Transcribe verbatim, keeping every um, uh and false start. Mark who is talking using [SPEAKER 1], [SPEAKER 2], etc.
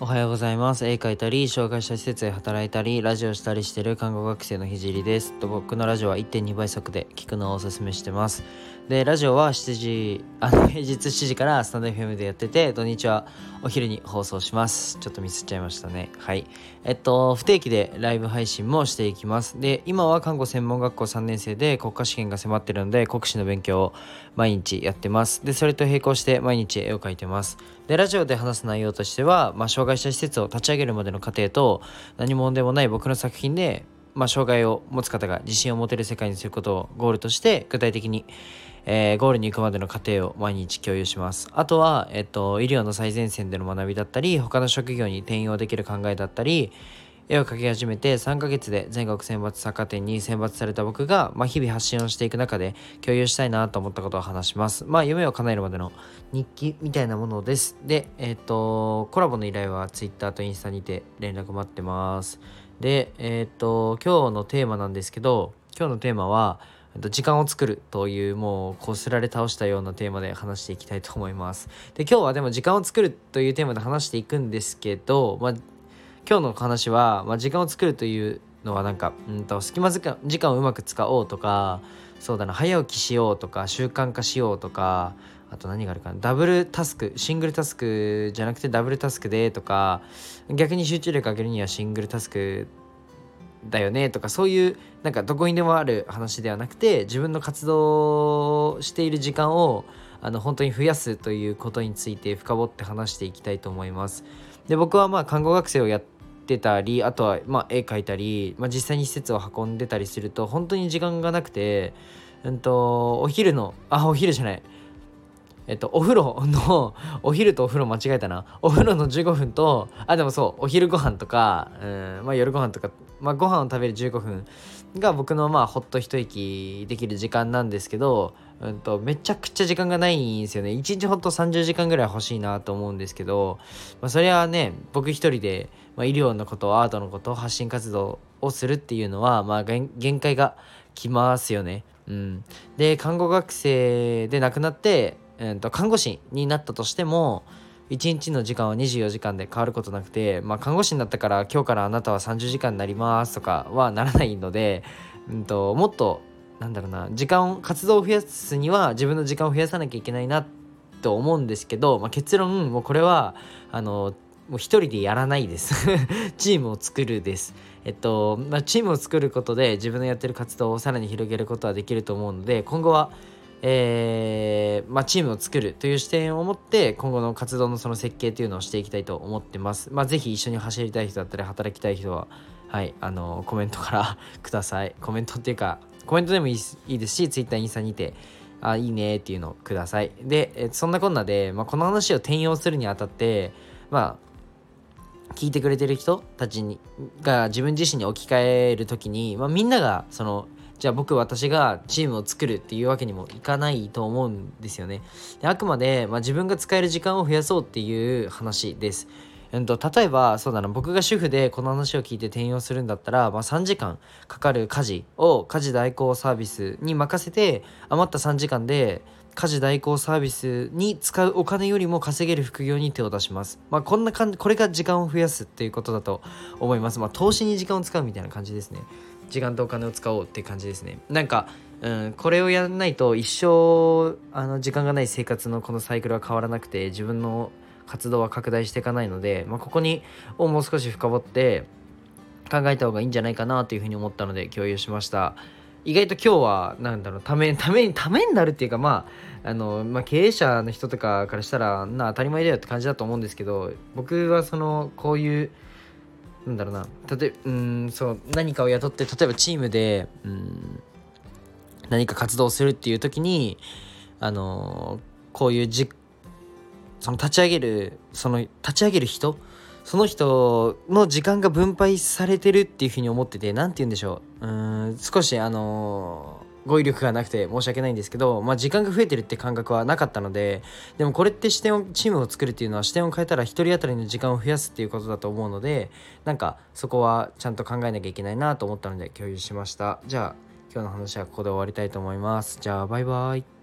[SPEAKER 1] はようございます。絵描いたり、障害者施設で働いたり、ラジオしたりしている看護学生のひじりです。と僕のラジオは いってんに 倍速で聞くのをおすすめしてます。で、ラジオはしちじ、あの平日しちじからスタンド エフエム でやってて、土日はお昼に放送します。ちょっとミスっちゃいましたね。はい。えっと、不定期でライブ配信もしていきます。で、今は看護専門学校さんねん生で国家試験が迫ってるので、国試の勉強を毎日やってます。で、それと並行して毎日絵を描いてます。で、ラジオで話す内容としては、まあ、障害者施設を立ち上げるまでの過程と、何者でもない僕の作品で、まあ、障害を持つ方が自信を持てる世界にすることをゴールとして、具体的に、えー、ゴールに行くまでの過程を毎日共有します。あとは、えっと、医療の最前線での学びだったり、他の職業に転用できる考えだったり、絵を描き始めてさんかげつで全国選抜作家展に選抜された僕が、まあ、日々発信をしていく中で共有したいなと思ったことを話します。まあ夢を叶えるまでの日記みたいなものです。で、えっとコラボの依頼は Twitter とインスタにて連絡待ってます。で、えっと今日のテーマなんですけど、今日のテーマは時間を作るというもうこすられ倒したようなテーマで話していきたいと思います。で、今日はでも時間を作るというテーマで話していくんですけど、まあ今日の話は、まあ、時間を作るというのはなんかうんと隙間時間、時間をうまく使おうとか、そうだな、早起きしようとか習慣化しようとか、あと何があるかな、ダブルタスク、シングルタスクじゃなくてダブルタスクでとか、逆に集中力上げるにはシングルタスクだよねとか、そういうなんかどこにでもある話ではなくて、自分の活動している時間をあの本当に増やすということについて深掘って話していきたいと思います。で、僕はまあ看護学生をやってたり、あとはまあ絵描いたり、まあ、実際に施設を運んでたりすると本当に時間がなくて、うんとお昼のあお昼じゃないえっと、お風呂のお昼とお風呂間違えたな。お風呂のじゅうごふんと、あ、でもそう、お昼ご飯とか、うん、まあ夜ご飯とか、まあご飯を食べるじゅうごふんが僕のまあほっと一息できる時間なんですけど、うんと、めちゃくちゃ時間がないんですよね。いちにちほんとさんじゅうじかんぐらい欲しいなと思うんですけど、まあそれはね、僕一人で、まあ、医療のこと、アートのこと、発信活動をするっていうのは、まあ限界がきますよね。うん。で、看護学生で亡くなって、えー、と看護師になったとしてもいちにちの時間はにじゅうよじかんで変わることなくて、まあ、看護師になったから今日からあなたはさんじゅうじかんになりますとかはならないので、うんともっとなんだろうな、時間活動を増やすには自分の時間を増やさなきゃいけないなと思うんですけど、まあ、結論もうこれはあのもう一人でやらないですチームを作るです。えっと、まあ、チームを作ることで自分のやってる活動をさらに広げることはできると思うので、今後はえーまあ、チームを作るという視点を持って今後の活動のその設計というのをしていきたいと思ってます。まあ、ぜひ一緒に走りたい人だったり働きたい人は、はい、あのコメントからください。コメントっていうかコメントでもいいいいですし、ツイッターインスタにてあいいねっていうのをください。で、えそんなこんなで、まあ、この話を転用するにあたって、まあ聞いてくれてる人たちにが自分自身に置き換えるときに、まあ、みんながそのじゃあ僕私がチームを作るっていうわけにもいかないと思うんですよね。で、あくまで、まあ、自分が使える時間を増やそうっていう話です。うんと、例えばそうだな、僕が主婦でこの話を聞いて転用するんだったら、まあ、さんじかんかかる家事を家事代行サービスに任せて、余ったさんじかんで家事代行サービスに使うお金よりも稼げる副業に手を出します。まあこんな感じ、これが時間を増やすっていうことだと思います。まあ投資に時間を使うみたいな感じですね。時間とお金を使おうっていう感じですね。なんか、うん、これをやらないと一生あの時間がない生活のこのサイクルは変わらなくて、自分の活動は拡大していかないので、まあ、ここにをもう少し深掘って考えた方がいいんじゃないかなというふうに思ったので共有しました。意外と今日はなんだろう、ためためにためになるっていうか、まああのまあ、経営者の人とかからしたらな当たり前だよって感じだと思うんですけど、僕はそのこういうなんだろうな、例えうんそう何かを雇って、例えばチームでうん何か活動をするっていう時に、あのこういうじその立ち上げるその立ち上げる人その人の時間が分配されてるっていうふうに思ってて、なんて言うんでしょう、うーん少しあのー、語彙力がなくて申し訳ないんですけど、まあ時間が増えてるって感覚はなかったので、でもこれって視点をチームを作るっていうのは視点を変えたら一人当たりの時間を増やすっていうことだと思うので、なんかそこはちゃんと考えなきゃいけないなと思ったので共有しました。じゃあ今日の話はここで終わりたいと思います。じゃあバイバイ。